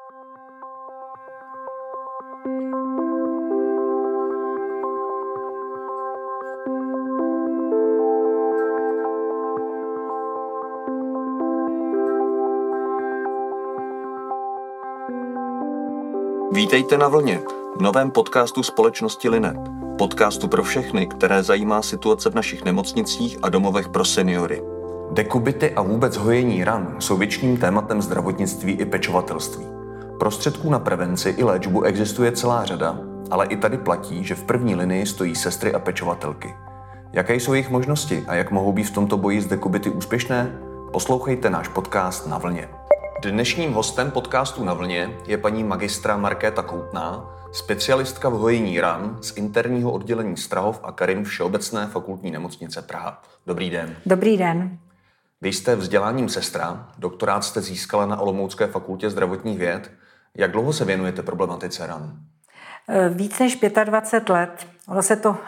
Vítejte na Vlně, v novém podcastu společnosti Linet. Podcastu pro všechny, které zajímá situace v našich nemocnicích a domovech pro seniory. Dekubity a vůbec hojení ran jsou věčným tématem zdravotnictví i pečovatelství. Prostředků na prevenci i léčbu existuje celá řada, ale i tady platí, že v první linii stojí sestry a pečovatelky. Jaké jsou jejich možnosti a jak mohou být v tomto boji s dekubity úspěšné? Poslouchejte náš podcast Na Vlně. Dnešním hostem podcastu Na Vlně je paní magistra Markéta Koutná, specialistka v hojení ran z interního oddělení Strahov a Karin Všeobecné fakultní nemocnice Praha. Dobrý den. Dobrý den. Vy jste vzděláním sestra, doktorát jste získala na Olomoucké fakultě zdravotních věd. Jak dlouho se věnujete problematice ran? Víc než 25 let. Ono se to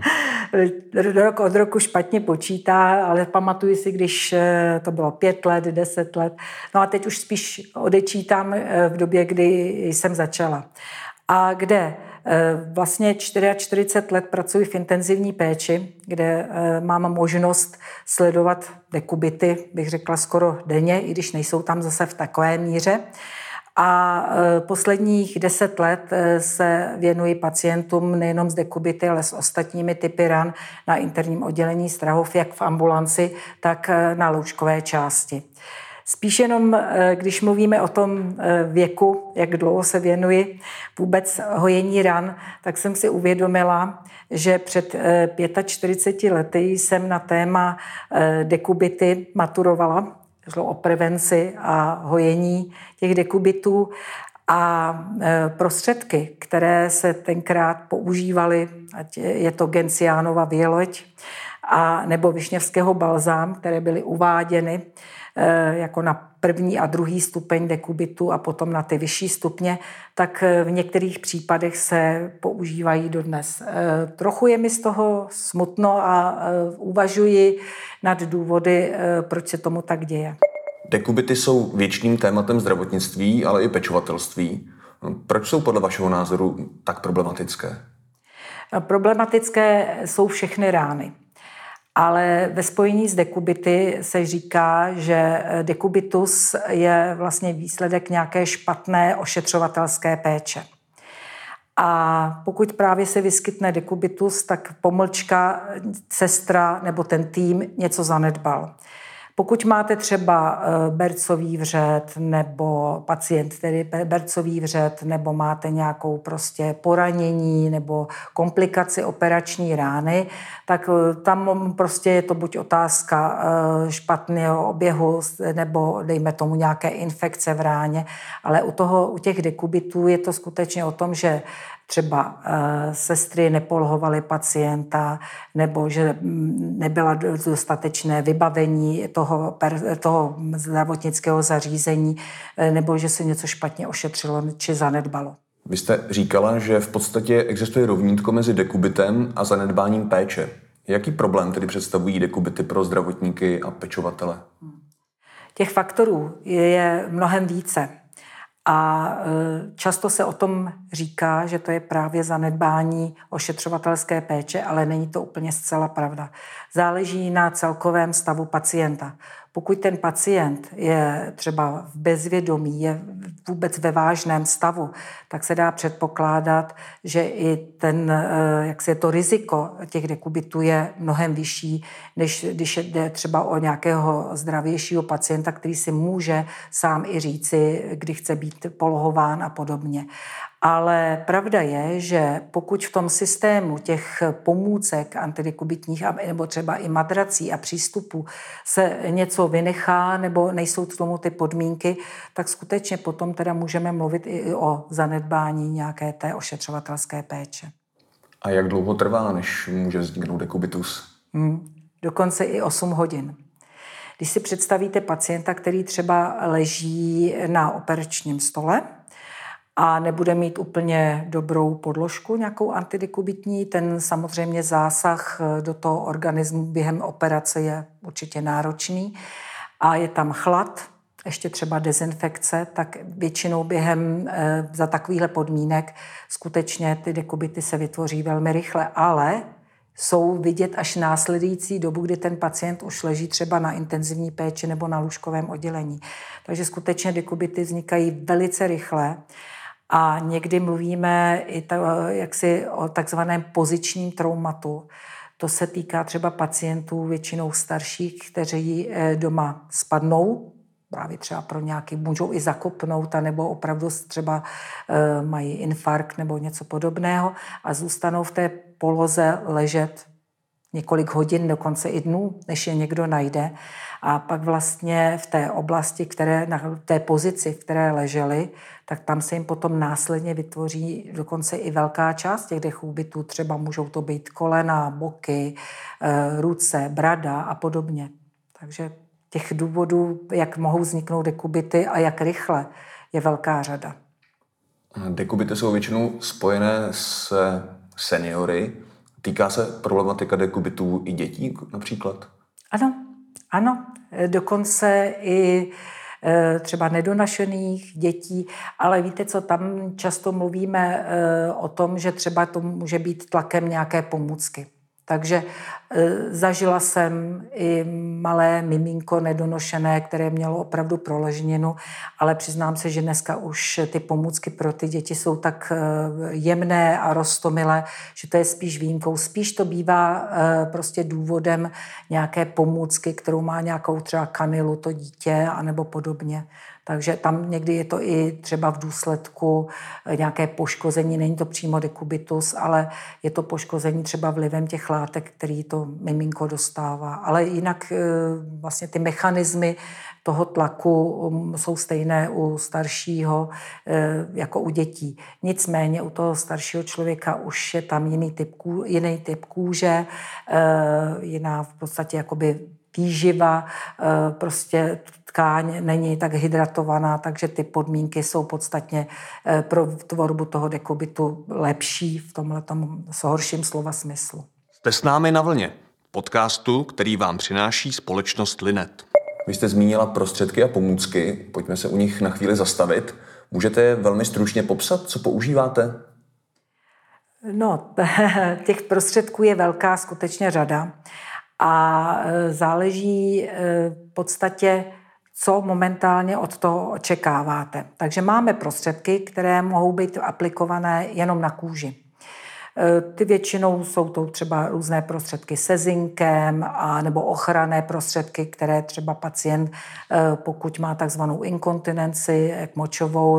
rok od roku špatně počítá, ale pamatuju si, když to bylo 5 let, 10 let. No a teď už spíš odečítám v době, kdy jsem začala. A kde vlastně 44 let pracuji v intenzivní péči, kde mám možnost sledovat dekubity, bych řekla skoro denně, i když nejsou tam zase v takové míře. A posledních 10 let se věnuji pacientům nejenom s dekubity, ale s ostatními typy ran na interním oddělení Strahov, jak v ambulanci, tak na lůžkové části. Spíš jenom, když mluvíme o tom věku, jak dlouho se věnuji vůbec hojení ran, tak jsem si uvědomila, že před 45 lety jsem na téma dekubity maturovala. Šlo o prevenci a hojení těch dekubitů a prostředky, které se tenkrát používaly, ať je to Gentianova věloď a nebo višněvského balzám, které byly uváděny jako na první a druhý stupeň dekubitu a potom na ty vyšší stupně, tak v některých případech se používají dodnes. Trochu je mi z toho smutno a uvažuji nad důvody, proč se tomu tak děje. Dekubity jsou věčným tématem zdravotnictví, ale i pečovatelství. Proč jsou podle vašeho názoru tak problematické? Problematické jsou všechny rány. Ale ve spojení s dekubity se říká, že dekubitus je vlastně výsledek nějaké špatné ošetřovatelské péče. A pokud právě se vyskytne dekubitus, tak pomlčka, sestra nebo ten tým něco zanedbal. Pokud máte třeba bercový vřet nebo pacient, tedy bercový vřet, nebo máte nějakou prostě poranění nebo komplikaci operační rány, tak tam prostě je to buď otázka špatného oběhu nebo dejme tomu nějaké infekce v ráně, ale u těch dekubitů je to skutečně o tom, že třeba sestry nepolhovaly pacienta, nebo že nebyla dostatečné vybavení toho zdravotnického zařízení, nebo že se něco špatně ošetřilo či zanedbalo. Vy jste říkala, že v podstatě existuje rovnítko mezi dekubitem a zanedbáním péče. Jaký problém tedy představují dekubity pro zdravotníky a pečovatele? Těch faktorů je mnohem více. A často se o tom říká, že to je právě zanedbání ošetřovatelské péče, ale není to úplně zcela pravda. Záleží na celkovém stavu pacienta. Pokud ten pacient je třeba v bezvědomí, je vůbec ve vážném stavu, tak se dá předpokládat, že i to riziko těch dekubitů je mnohem vyšší, než když jde třeba o nějakého zdravějšího pacienta, který si může sám i říci, kdy chce být polohován a podobně. Ale pravda je, že pokud v tom systému těch pomůcek antidekubitních nebo třeba i madrací a přístupů se něco vynechá nebo nejsou k tomu ty podmínky, tak skutečně potom teda můžeme mluvit i o zanedbání nějaké té ošetřovatelské péče. A jak dlouho trvá, než může vzniknout dekubitus? Dokonce i 8 hodin. Když si představíte pacienta, který třeba leží na operačním stole, a nebude mít úplně dobrou podložku, nějakou antidekubitní, ten samozřejmě zásah do toho organismu během operace je určitě náročný a je tam chlad, ještě třeba dezinfekce, tak většinou během za takovýchhle podmínek skutečně ty dekubity se vytvoří velmi rychle, ale jsou vidět až následující dobu, kdy ten pacient už leží třeba na intenzivní péči nebo na lůžkovém oddělení. Takže skutečně dekubity vznikají velice rychle a někdy mluvíme i jaksi o takzvaném pozičním traumatu. To se týká třeba pacientů většinou starších, kteří doma spadnou, právě třeba pro nějaký, můžou i zakopnout, anebo opravdu třeba mají infarkt nebo něco podobného a zůstanou v té poloze ležet několik hodin, dokonce i dnů, než je někdo najde. A pak vlastně v té oblasti, na té pozici, v které leželi, tak tam se jim potom následně vytvoří dokonce i velká část těch dekubitů. Třeba můžou to být kolena, boky, ruce, brada a podobně. Takže těch důvodů, jak mohou vzniknout dekubity a jak rychle, je velká řada. Dekubity jsou většinou spojené s seniory. Týká se problematika dekubitů i dětí například? Ano. Dokonce i třeba nedonašených dětí, ale víte co, tam často mluvíme o tom, že třeba to může být tlakem nějaké pomůcky. Takže zažila jsem i malé miminko nedonošené, které mělo opravdu proležninu, ale přiznám se, že dneska už ty pomůcky pro ty děti jsou tak jemné a roztomilé, že to je spíš výjimkou. Spíš to bývá prostě důvodem nějaké pomůcky, kterou má nějakou třeba kanilu to dítě anebo podobně. Takže tam někdy je to i třeba v důsledku nějaké poškození, není to přímo dekubitus, ale je to poškození třeba vlivem těch látek, který to miminko dostává. Ale jinak vlastně ty mechanismy toho tlaku jsou stejné u staršího jako u dětí. Nicméně u toho staršího člověka už je tam jiný typ kůže, jiná v podstatě jakoby výživa, prostě tkáň není tak hydratovaná, takže ty podmínky jsou podstatně pro tvorbu toho dekubitu lepší v tomhletom horším slova smyslu. Jste s námi na vlně, podcastu, který vám přináší společnost Linet. Vy jste zmínila prostředky a pomůcky, pojďme se u nich na chvíli zastavit. Můžete je velmi stručně popsat, co používáte? No, těch prostředků je velká skutečně řada. A záleží v podstatě, co momentálně od toho očekáváte. Takže máme prostředky, které mohou být aplikované jenom na kůži. Ty většinou jsou to třeba různé prostředky se zinkem nebo ochranné prostředky, které třeba pacient, pokud má takzvanou inkontinenci, jak močovou,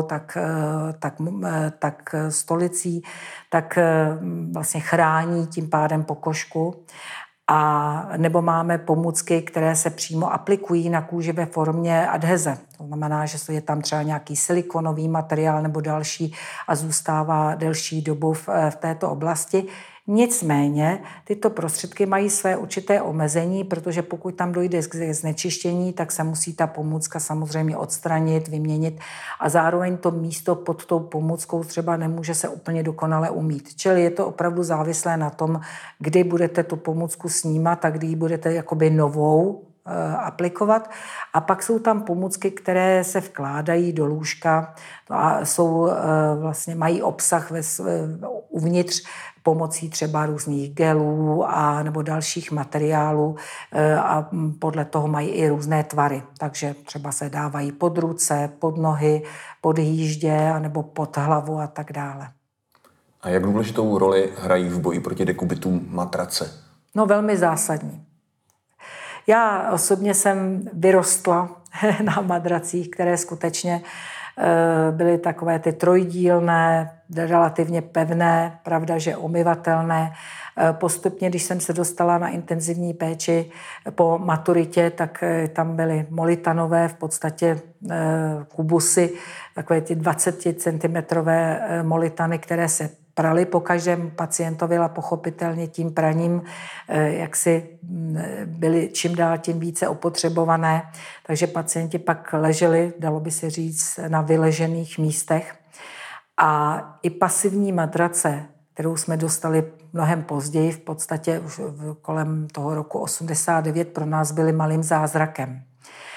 tak stolicí, tak vlastně chrání tím pádem pokožku. A nebo máme pomůcky, které se přímo aplikují na kůži ve formě adheze. To znamená, že je tam třeba nějaký silikonový materiál nebo další a zůstává delší dobu v této oblasti. Nicméně tyto prostředky mají své určité omezení, protože pokud tam dojde k znečištění, tak se musí ta pomůcka samozřejmě odstranit, vyměnit a zároveň to místo pod tou pomůckou třeba nemůže se úplně dokonale umýt. Čili je to opravdu závislé na tom, kdy budete tu pomůcku snímat a kdy ji budete jakoby novou aplikovat. A pak jsou tam pomůcky, které se vkládají do lůžka a vlastně mají obsah uvnitř pomocí třeba různých gelů a nebo dalších materiálů a podle toho mají i různé tvary. Takže třeba se dávají pod ruce, pod nohy, pod hýždě nebo pod hlavu a tak dále. A jak důležitou roli hrají v boji proti dekubitům matrace? No velmi zásadní. Já osobně jsem vyrostla na madracích, které skutečně byly takové ty trojdílné, relativně pevné, pravda, že omyvatelné. Postupně, když jsem se dostala na intenzivní péči po maturitě, tak tam byly molitanové, v podstatě kubusy, takové ty 20 cm molitany, které se praly po každém pacientovi, a pochopitelně tím praním jaksi byly čím dál tím více opotřebované. Takže pacienti pak leželi, dalo by se říct, na vyležených místech. A i pasivní matrace, kterou jsme dostali mnohem později, v podstatě už kolem toho roku 89, pro nás byly malým zázrakem.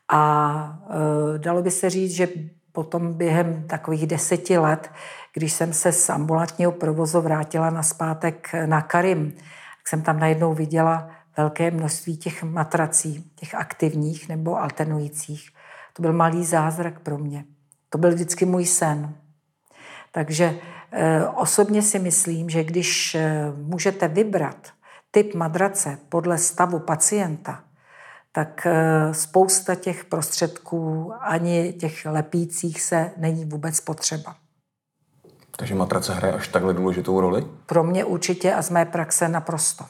A dalo by se říct, že potom během takových 10 let, když jsem se z ambulantního provozu vrátila nazpátek na Karim, tak jsem tam najednou viděla velké množství těch matrací, těch aktivních nebo alternujících. To byl malý zázrak pro mě. To byl vždycky můj sen. Takže osobně si myslím, že když můžete vybrat typ madrace podle stavu pacienta, tak spousta těch prostředků, ani těch lepících se není vůbec potřeba. Takže matrace hraje až takhle důležitou roli? Pro mě určitě a z mé praxe naprosto.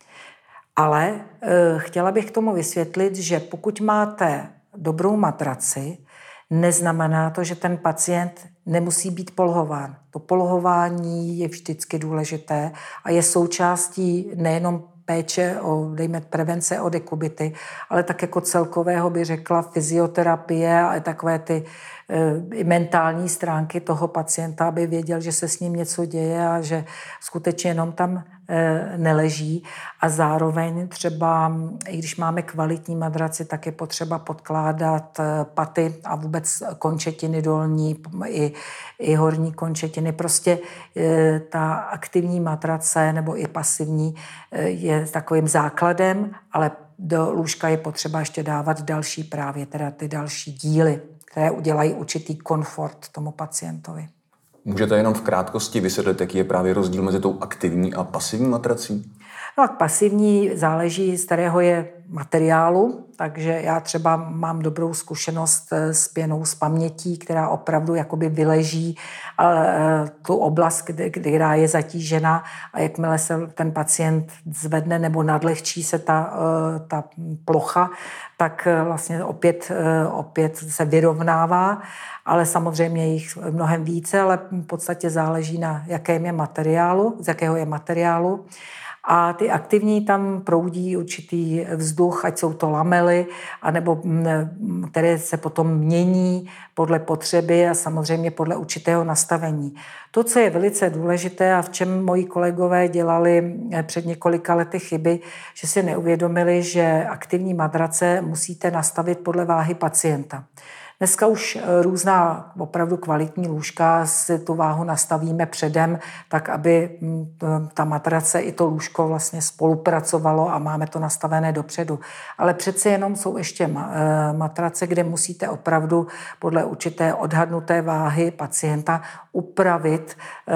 Ale chtěla bych k tomu vysvětlit, že pokud máte dobrou matraci, neznamená to, že ten pacient nemusí být polohován. To polohování je vždycky důležité a je součástí nejenom péče o, dejme, prevence o dekubity, ale tak jako celkového by řekla fyzioterapie a takové ty i mentální stránky toho pacienta, aby věděl, že se s ním něco děje a že skutečně jenom tam neleží. A zároveň třeba, i když máme kvalitní madraci, tak je potřeba podkládat paty a vůbec končetiny dolní i horní končetiny. Prostě ta aktivní matrace nebo i pasivní je takovým základem, ale do lůžka je potřeba ještě dávat další právě, teda ty další díly, které udělají určitý komfort tomu pacientovi. Můžete jenom v krátkosti vysvětlit, jaký je právě rozdíl mezi tou aktivní a pasivní matrací? No, pasivní záleží, z kterého je materiálu, takže já třeba mám dobrou zkušenost s pěnou z pamětí, která opravdu jakoby vyleží tu oblast, která je zatížena a jakmile se ten pacient zvedne nebo nadlehčí se ta plocha, tak vlastně opět se vyrovnává, ale samozřejmě jich mnohem více, ale v podstatě záleží na jakém je materiálu, z jakého je materiálu. A ty aktivní tam proudí určitý vzduch, ať jsou to lamely, anebo které se potom mění podle potřeby a samozřejmě podle určitého nastavení. To, co je velice důležité a v čem moji kolegové dělali před několika lety chyby, že si neuvědomili, že aktivní madrace musíte nastavit podle váhy pacienta. Dneska už různá opravdu kvalitní lůžka si tu váhu nastavíme předem, tak aby ta matrace i to lůžko vlastně spolupracovalo a máme to nastavené dopředu. Ale přece jenom jsou ještě matrace, kde musíte opravdu podle určité odhadnuté váhy pacienta upravit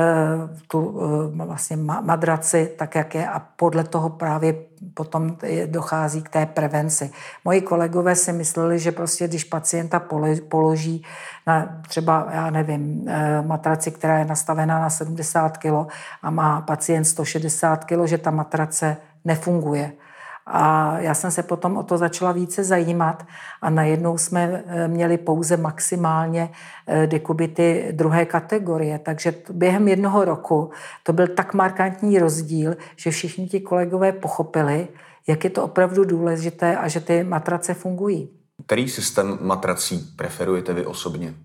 tu vlastně madraci tak, jak je a podle toho právě potom dochází k té prevenci. Moji kolegové si mysleli, že prostě když pacienta položí na třeba, já nevím, matraci, která je nastavená na 70 kg a má pacient 160 kg, že ta matrace nefunguje. A já jsem se potom o to začala více zajímat a najednou jsme měli pouze maximálně dekubity druhé kategorie. Takže během 1 roku to byl tak markantní rozdíl, že všichni ti kolegové pochopili, jak je to opravdu důležité a že ty matrace fungují. Který systém matrací preferujete vy osobně?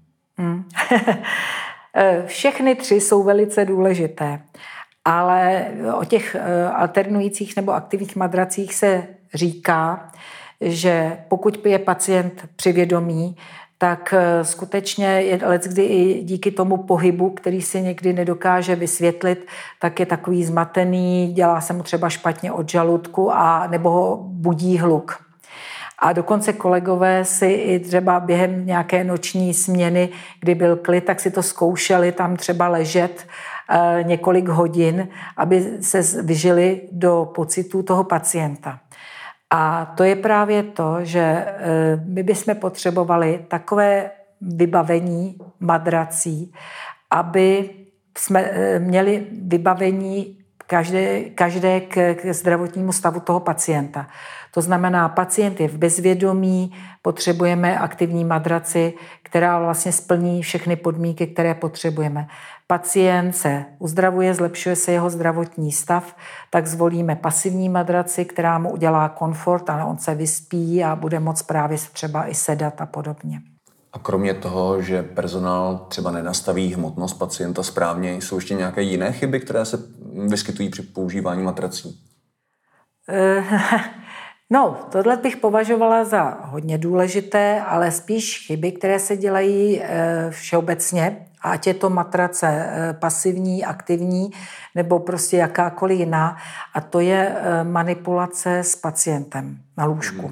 Všechny 3 jsou velice důležité. Ale o těch alternujících nebo aktivních madracích se říká, že pokud je pacient při vědomí, tak skutečně je leckdy i díky tomu pohybu, který si někdy nedokáže vysvětlit, tak je takový zmatený, dělá se mu třeba špatně od žaludku a nebo ho budí hluk. A dokonce kolegové si i třeba během nějaké noční směny, kdy byl klid, tak si to zkoušeli tam třeba ležet několik hodin, aby se vyžili do pocitů toho pacienta. A to je právě to, že my bychom potřebovali takové vybavení madrací, aby jsme měli vybavení každé k zdravotnímu stavu toho pacienta. To znamená, pacient je v bezvědomí, potřebujeme aktivní madraci, která vlastně splní všechny podmínky, které potřebujeme. Pacient se uzdravuje, zlepšuje se jeho zdravotní stav, tak zvolíme pasivní madraci, která mu udělá komfort a on se vyspí a bude moct právě se třeba i sedat a podobně. A kromě toho, že personál třeba nenastaví hmotnost pacienta správně, jsou ještě nějaké jiné chyby, které se vyskytují při používání matrací? No, tohle bych považovala za hodně důležité, ale spíš chyby, které se dělají všeobecně, ať je to matrace pasivní, aktivní, nebo prostě jakákoliv jiná, a to je manipulace s pacientem na lůžku.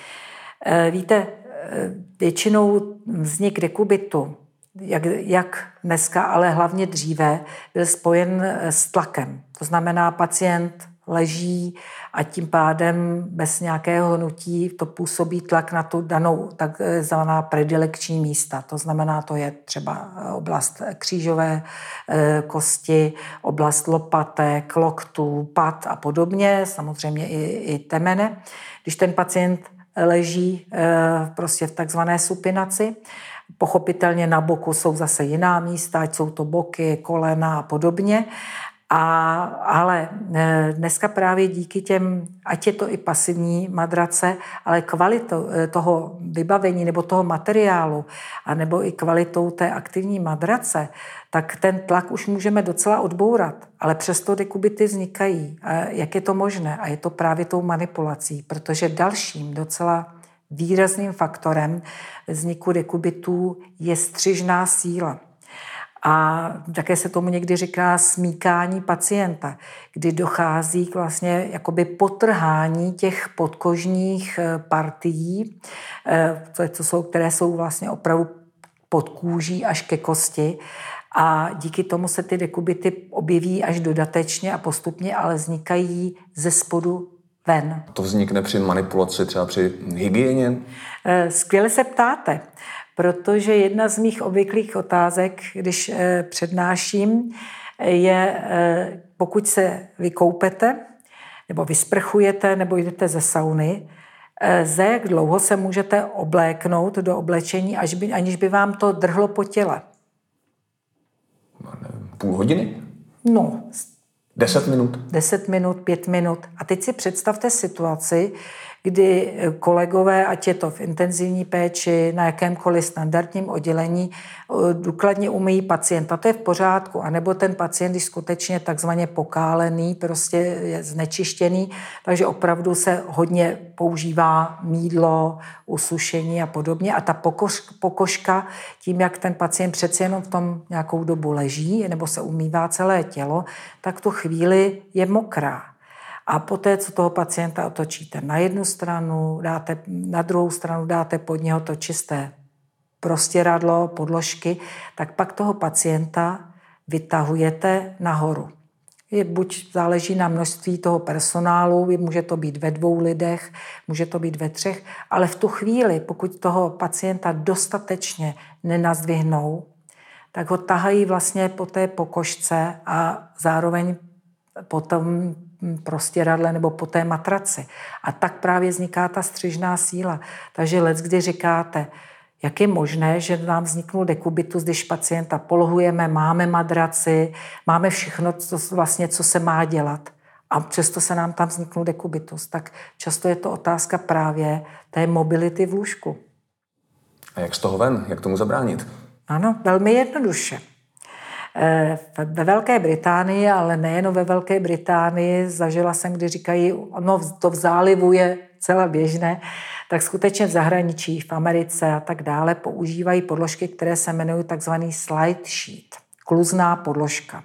Víte, většinou vznik dekubitu, jak dneska, ale hlavně dříve, byl spojen s tlakem. To znamená, pacient leží a tím pádem bez nějakého hnutí to působí tlak na tu danou takzvaná predilekční místa. To znamená, to je třeba oblast křížové kosti, oblast lopatek, loktů, pat a podobně, samozřejmě i temene. Když ten pacient leží prostě v takzvané supinaci, pochopitelně na boku jsou zase jiná místa, ať jsou to boky, kolena a podobně. Ale dneska právě díky těm, ať je to i pasivní madrace, ale kvalitou toho vybavení nebo toho materiálu, anebo i kvalitou té aktivní madrace, tak ten tlak už můžeme docela odbourat. Ale přesto dekubity vznikají. A jak je to možné? A je to právě tou manipulací, protože dalším docela výrazným faktorem vzniku dekubitů je střižná síla. A také se tomu někdy říká smíkání pacienta, kdy dochází k vlastně jakoby potrhání těch podkožních partií, které jsou vlastně opravdu pod kůží až ke kosti. A díky tomu se ty dekubity objeví až dodatečně a postupně, ale vznikají ze spodu ven. To vznikne při manipulaci, třeba při hygieně? Skvěle se ptáte, protože jedna z mých obvyklých otázek, když přednáším, je, pokud se vykoupete, nebo vysprchujete, nebo jdete ze sauny, za jak dlouho se můžete obléknout do oblečení, aniž by vám to drhlo po těle? Půl hodiny? No. 10 minut? 10 minut, 5 minut. A teď si představte situaci, kdy kolegové, ať je to v intenzivní péči, na jakémkoliv standardním oddělení, důkladně umyjí pacienta. To je v pořádku. A nebo ten pacient, když skutečně takzvaně pokálený, prostě je znečištěný, takže opravdu se hodně používá mýdlo, usušení a podobně. A ta pokožka, tím, jak ten pacient přeci jenom v tom nějakou dobu leží, nebo se umývá celé tělo, tak tu chvíli je mokrá. A poté, co toho pacienta otočíte na jednu stranu, na druhou stranu dáte pod něho to čisté prostěradlo, podložky, tak pak toho pacienta vytahujete nahoru. Buď záleží na množství toho personálu, může to být ve 2 lidech, může to být ve 3, ale v tu chvíli, pokud toho pacienta dostatečně nenazdvihnou, tak ho tahají vlastně po té pokožce a zároveň potom prostěradle nebo po té matraci. A tak právě vzniká ta střižná síla. Takže leckdy říkáte, jak je možné, že nám vzniknul dekubitus, když pacienta polohujeme, máme madraci, máme všechno, co se má dělat. A přesto se nám tam vzniknul dekubitus. Tak často je to otázka právě té mobility v lůžku. A jak z toho ven? Jak tomu zabránit? Ano, velmi jednoduše. Ve Velké Británii, ale nejen ve Velké Británii, zažila jsem, kdy říkají, no to v zálivu je celá běžné, tak skutečně v zahraničí, v Americe a tak dále používají podložky, které se jmenují takzvaný slide sheet, kluzná podložka.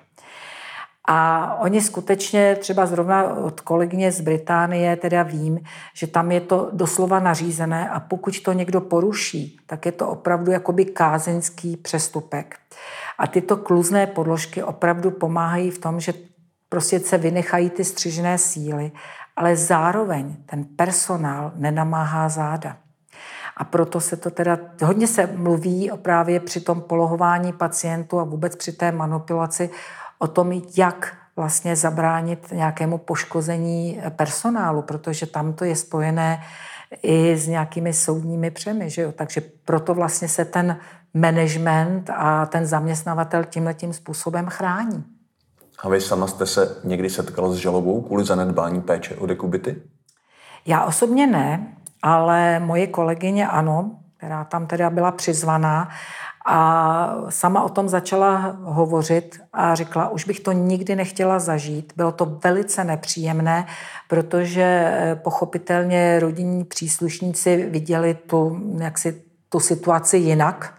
A oni skutečně, třeba zrovna od kolegyně z Británie, teda vím, že tam je to doslova nařízené a pokud to někdo poruší, tak je to opravdu jakoby kázeňský přestupek. A tyto kluzné podložky opravdu pomáhají v tom, že prostě se vynechají ty střižné síly, ale zároveň ten personál nenamáhá záda. A proto se to teda, hodně se mluví právě při tom polohování pacientů a vůbec při té manipulaci o tom, jak vlastně zabránit nějakému poškození personálu, protože tam to je spojené i s nějakými soudními přemi, že jo? Takže proto vlastně se ten management a ten zaměstnavatel tímhletím způsobem chrání. A vy sama jste se někdy setkala s žalobou kvůli zanedbání péče o dekubity? Já osobně ne, ale moje kolegyně ano, která tam teda byla přizvaná A sama o tom začala hovořit a řekla, už bych to nikdy nechtěla zažít. Bylo to velice nepříjemné, protože pochopitelně rodinní příslušníci viděli tu situaci jinak.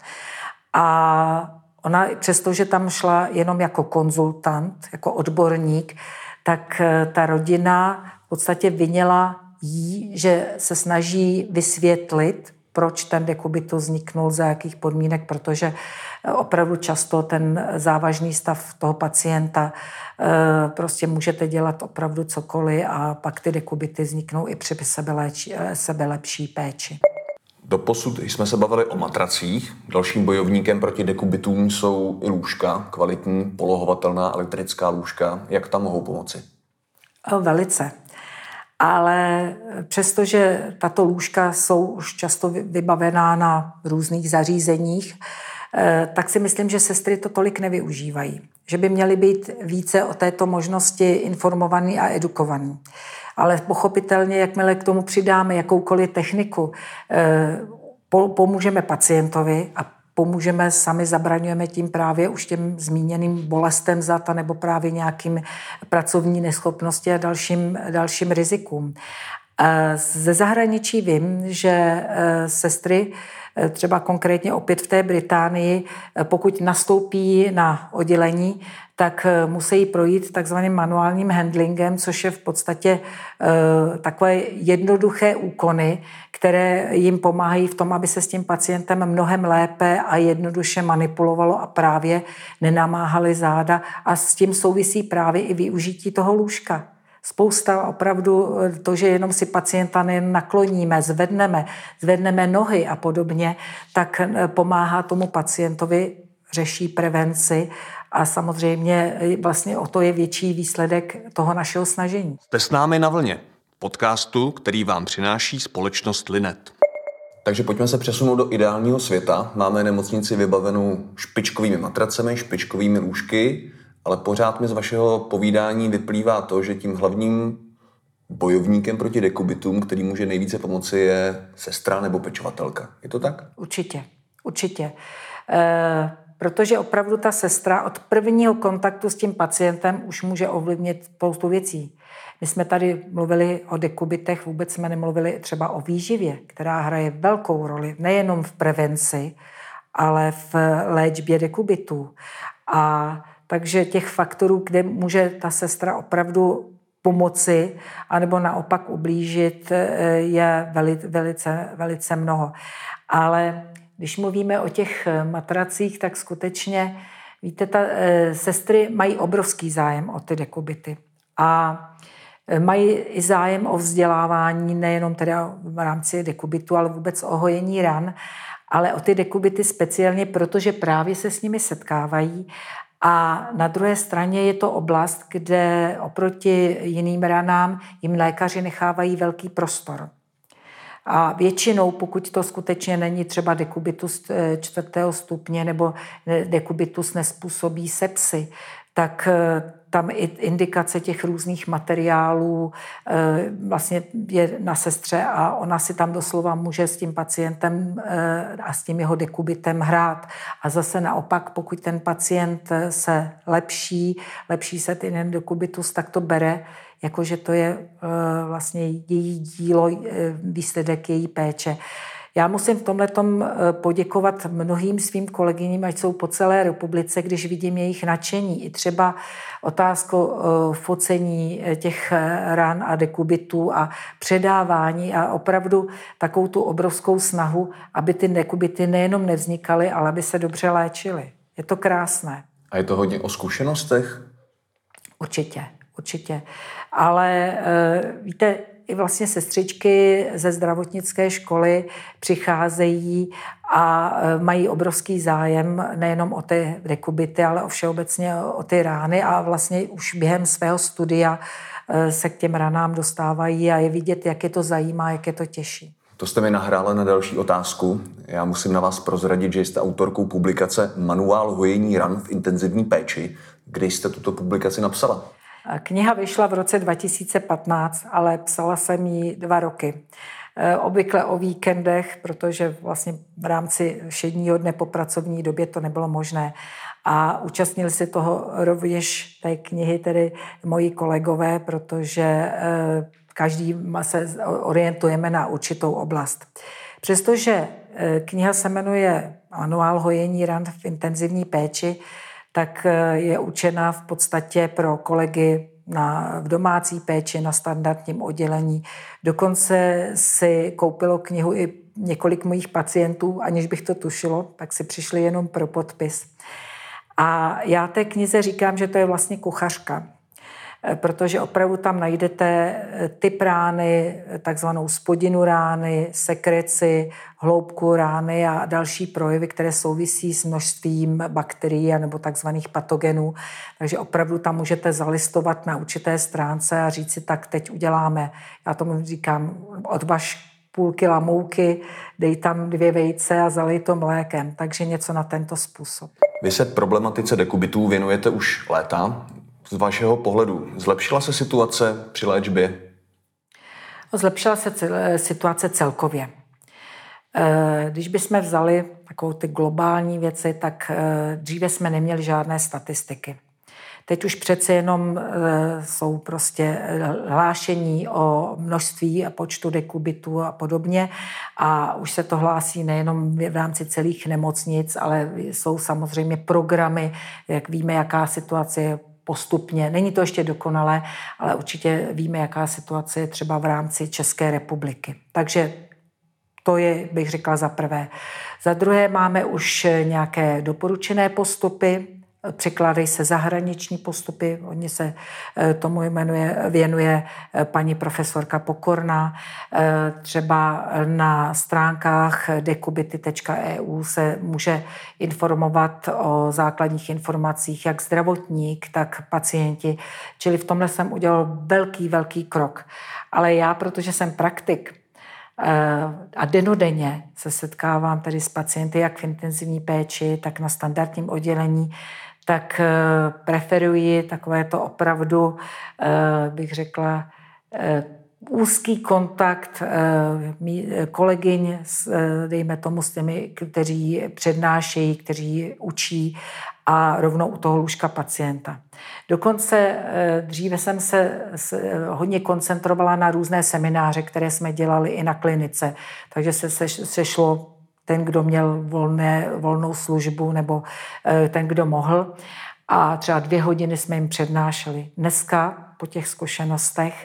A ona, přestože tam šla jenom jako konzultant, jako odborník, tak ta rodina v podstatě vinila jí, že se snaží vysvětlit, proč ten dekubitus vzniknul, za jakých podmínek, protože opravdu často ten závažný stav toho pacienta prostě můžete dělat opravdu cokoliv a pak ty dekubity vzniknou i při sebelepší péči. Doposud jsme se bavili o matracích. Dalším bojovníkem proti dekubitům jsou i lůžka, kvalitní polohovatelná elektrická lůžka. Jak tam mohou pomoci? Velice. Ale přestože tato lůžka jsou už často vybavená na různých zařízeních, tak si myslím, že sestry to tolik nevyužívají. Že by měly být více o této možnosti informovaný a edukovaný. Ale pochopitelně, jakmile k tomu přidáme jakoukoliv techniku, pomůžeme pacientovi a pomůžeme, sami zabraňujeme tím právě už těm zmíněným bolestem zad nebo právě nějakým pracovní neschopnosti a dalším rizikům. Ze zahraničí vím, že sestry, třeba konkrétně opět v té Británii, pokud nastoupí na oddělení, tak musí projít takzvaným manuálním handlingem, což je v podstatě takové jednoduché úkony, které jim pomáhají v tom, aby se s tím pacientem mnohem lépe a jednoduše manipulovalo a právě nenamáhaly záda. A s tím souvisí právě i využití toho lůžka. Spousta opravdu to, že jenom si pacienta nejen nakloníme, zvedneme nohy a podobně, tak pomáhá tomu pacientovi, řeší prevenci a samozřejmě vlastně o to je větší výsledek toho našeho snažení. Jste s námi na vlně, podcastu, který vám přináší společnost Linet. Takže pojďme se přesunout do ideálního světa. Máme nemocnici vybavenou špičkovými matracemi, špičkovými lůžky, ale pořád mi z vašeho povídání vyplývá to, že tím hlavním bojovníkem proti dekubitům, který může nejvíce pomoci, je sestra nebo pečovatelka. Je to tak? Určitě. Protože opravdu ta sestra od prvního kontaktu s tím pacientem už může ovlivnit spoustu věcí. My jsme tady mluvili o dekubitech, vůbec jsme nemluvili třeba o výživě, která hraje velkou roli nejenom v prevenci, ale v léčbě dekubitů. A takže těch faktorů, kde může ta sestra opravdu pomoci, anebo naopak ublížit, je velice mnoho. Ale když mluvíme o těch matracích, tak skutečně, víte, sestry mají obrovský zájem o ty dekubity. A mají i zájem o vzdělávání, nejenom teda v rámci dekubitu, ale vůbec o hojení ran, ale o ty dekubity speciálně, protože právě se s nimi setkávají. A na druhé straně je to oblast, kde oproti jiným ranám jim lékaři nechávají velký prostor. A většinou, pokud to skutečně není třeba dekubitus 4. stupně nebo dekubitus nezpůsobí sepsy, tak tam i indikace těch různých materiálů vlastně je na sestře a ona si tam doslova může s tím pacientem a s tím jeho dekubitem hrát. A zase naopak, pokud ten pacient se lepší se ten dekubitus, tak to bere, jakože to je vlastně její dílo, výsledek její péče. Já musím v tomhletom poděkovat mnohým svým kolegyním, ať jsou po celé republice, když vidím jejich nadšení. I třeba otázku focení těch ran a dekubitů a předávání a opravdu takovou tu obrovskou snahu, aby ty dekubity nejenom nevznikaly, ale aby se dobře léčily. Je to krásné. A je to hodně o zkušenostech? Určitě. Ale víte, i vlastně sestřičky ze zdravotnické školy přicházejí a mají obrovský zájem nejenom o ty dekubity, ale všeobecně o ty rány a vlastně už během svého studia se k těm ranám dostávají a je vidět, jak je to zajímá, jak je to těší. To jste mi nahrála na další otázku. Já musím na vás prozradit, že jste autorkou publikace Manuál hojení ran v intenzivní péči. Kdy jste tuto publikaci napsala? Kniha vyšla v roce 2015, ale psala jsem ji 2 roky. obvykle o víkendech, protože vlastně v rámci všedního dne po pracovní době to nebylo možné. A účastnili se toho rovněž té knihy tedy moji kolegové, protože každý se orientujeme na určitou oblast. Přestože kniha se jmenuje Manuál hojení ran v intenzivní péči, tak je určena v podstatě pro kolegy v domácí péči, na standardním oddělení. Dokonce si koupilo knihu i několik mojich pacientů, aniž bych to tušilo, tak si přišli jenom pro podpis. A já té knize říkám, že to je vlastně kuchařka, protože opravdu tam najdete typ rány, takzvanou spodinu rány, sekreci, hloubku rány a další projevy, které souvisí s množstvím bakterií nebo takzvaných patogenů. Takže opravdu tam můžete zalistovat na určité stránce a říct si, tak teď uděláme, já tomu říkám, odvaž půl kila mouky, dej tam 2 vejce a zalej to mlékem. Takže něco na tento způsob. Vy se problematice dekubitů věnujete už léta. Z vašeho pohledu zlepšila se situace při léčbě? Zlepšila se situace celkově. Když bychom vzali takovou ty globální věci, tak dříve jsme neměli žádné statistiky. Teď už přece jenom jsou prostě hlášení o množství a počtu dekubitů a podobně a už se to hlásí nejenom v rámci celých nemocnic, ale jsou samozřejmě programy, jak víme, jaká situace je postupně. Není to ještě dokonalé, ale určitě víme, jaká situace je třeba v rámci České republiky. Takže to je, bych řekla, za prvé. Za druhé máme už nějaké doporučené postupy, překládají se zahraniční postupy, hodně se tomu věnuje paní profesorka Pokorná. Třeba na stránkách dekubity.eu se může informovat o základních informacích, jak zdravotník, tak pacienti. Čili v tomhle jsem udělal velký krok. Ale já, protože jsem praktik, a dennodenně se setkávám tady s pacienty jak v intenzivní péči, tak na standardním oddělení, tak preferuji takovéto opravdu, bych řekla, úzký kontakt kolegyň, dejme tomu, s těmi, kteří přednášejí, kteří učí a rovnou u toho lůžka pacienta. Dokonce dříve jsem se hodně koncentrovala na různé semináře, které jsme dělali i na klinice, takže se sešlo ten, kdo měl volnou službu nebo ten, kdo mohl. A třeba 2 hodiny jsme jim přednášeli. Dneska po těch zkušenostech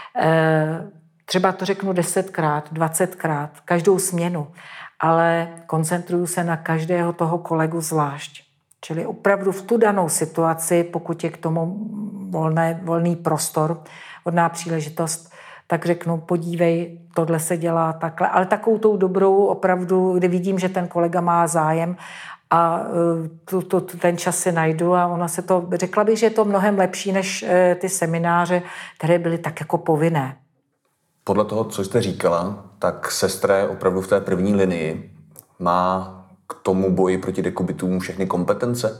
třeba to řeknu 10krát, 20krát, každou směnu, ale koncentruju se na každého toho kolegu zvlášť. Čili opravdu v tu danou situaci, pokud je k tomu volný prostor, hodná příležitost, tak řeknu, podívej, tohle se dělá takhle. Ale takovou tou dobrou opravdu, kdy vidím, že ten kolega má zájem a ten čas si najdu a ona se to, řekla bych, že je to mnohem lepší než ty semináře, které byly tak jako povinné. Podle toho, co jste říkala, tak sestra je opravdu v té první linii. Má k tomu boji proti dekubitům všechny kompetence?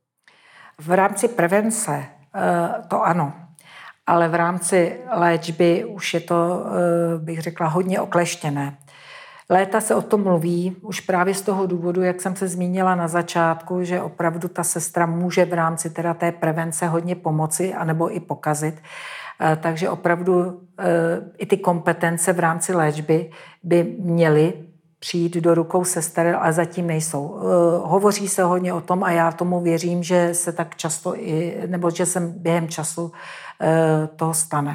V rámci prevence to ano. Ale v rámci léčby už je to, bych řekla, hodně okleštěné. Léta se o tom mluví, už právě z toho důvodu, jak jsem se zmínila na začátku, že opravdu ta sestra může v rámci teda té prevence hodně pomoci anebo i pokazit. Takže opravdu i ty kompetence v rámci léčby by měly přijít do rukou sester, ale zatím nejsou. Hovoří se hodně o tom a já tomu věřím, že se tak často nebo že se během času toho stane.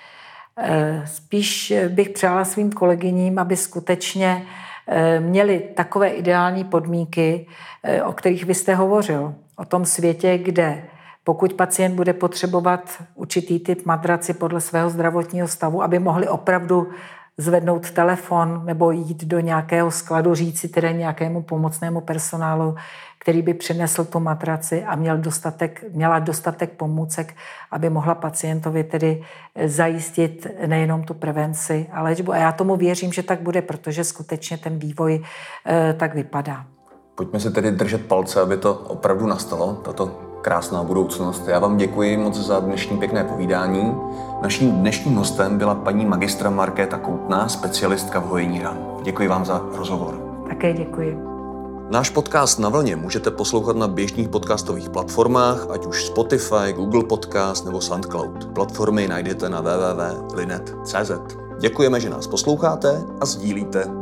Spíš bych přála svým kolegyním, aby skutečně měli takové ideální podmínky, o kterých vy jste hovořil. O tom světě, kde pokud pacient bude potřebovat určitý typ madraci podle svého zdravotního stavu, aby mohli opravdu zvednout telefon nebo jít do nějakého skladu, říct si tedy nějakému pomocnému personálu, který by přinesl tu matraci a měla dostatek pomůcek, aby mohla pacientovi tedy zajistit nejenom tu prevenci a léčbu. A já tomu věřím, že tak bude, protože skutečně ten vývoj tak vypadá. Pojďme si tedy držet palce, aby to opravdu nastalo, tato krásná budoucnost. Já vám děkuji moc za dnešní pěkné povídání. Naším dnešním hostem byla paní magistra Markéta Koutná, specialistka v hojení ran. Děkuji vám za rozhovor. Také děkuji. Náš podcast Na vlně můžete poslouchat na běžných podcastových platformách, ať už Spotify, Google Podcast nebo SoundCloud. Platformy najdete na www.linet.cz. Děkujeme, že nás posloucháte a sdílíte.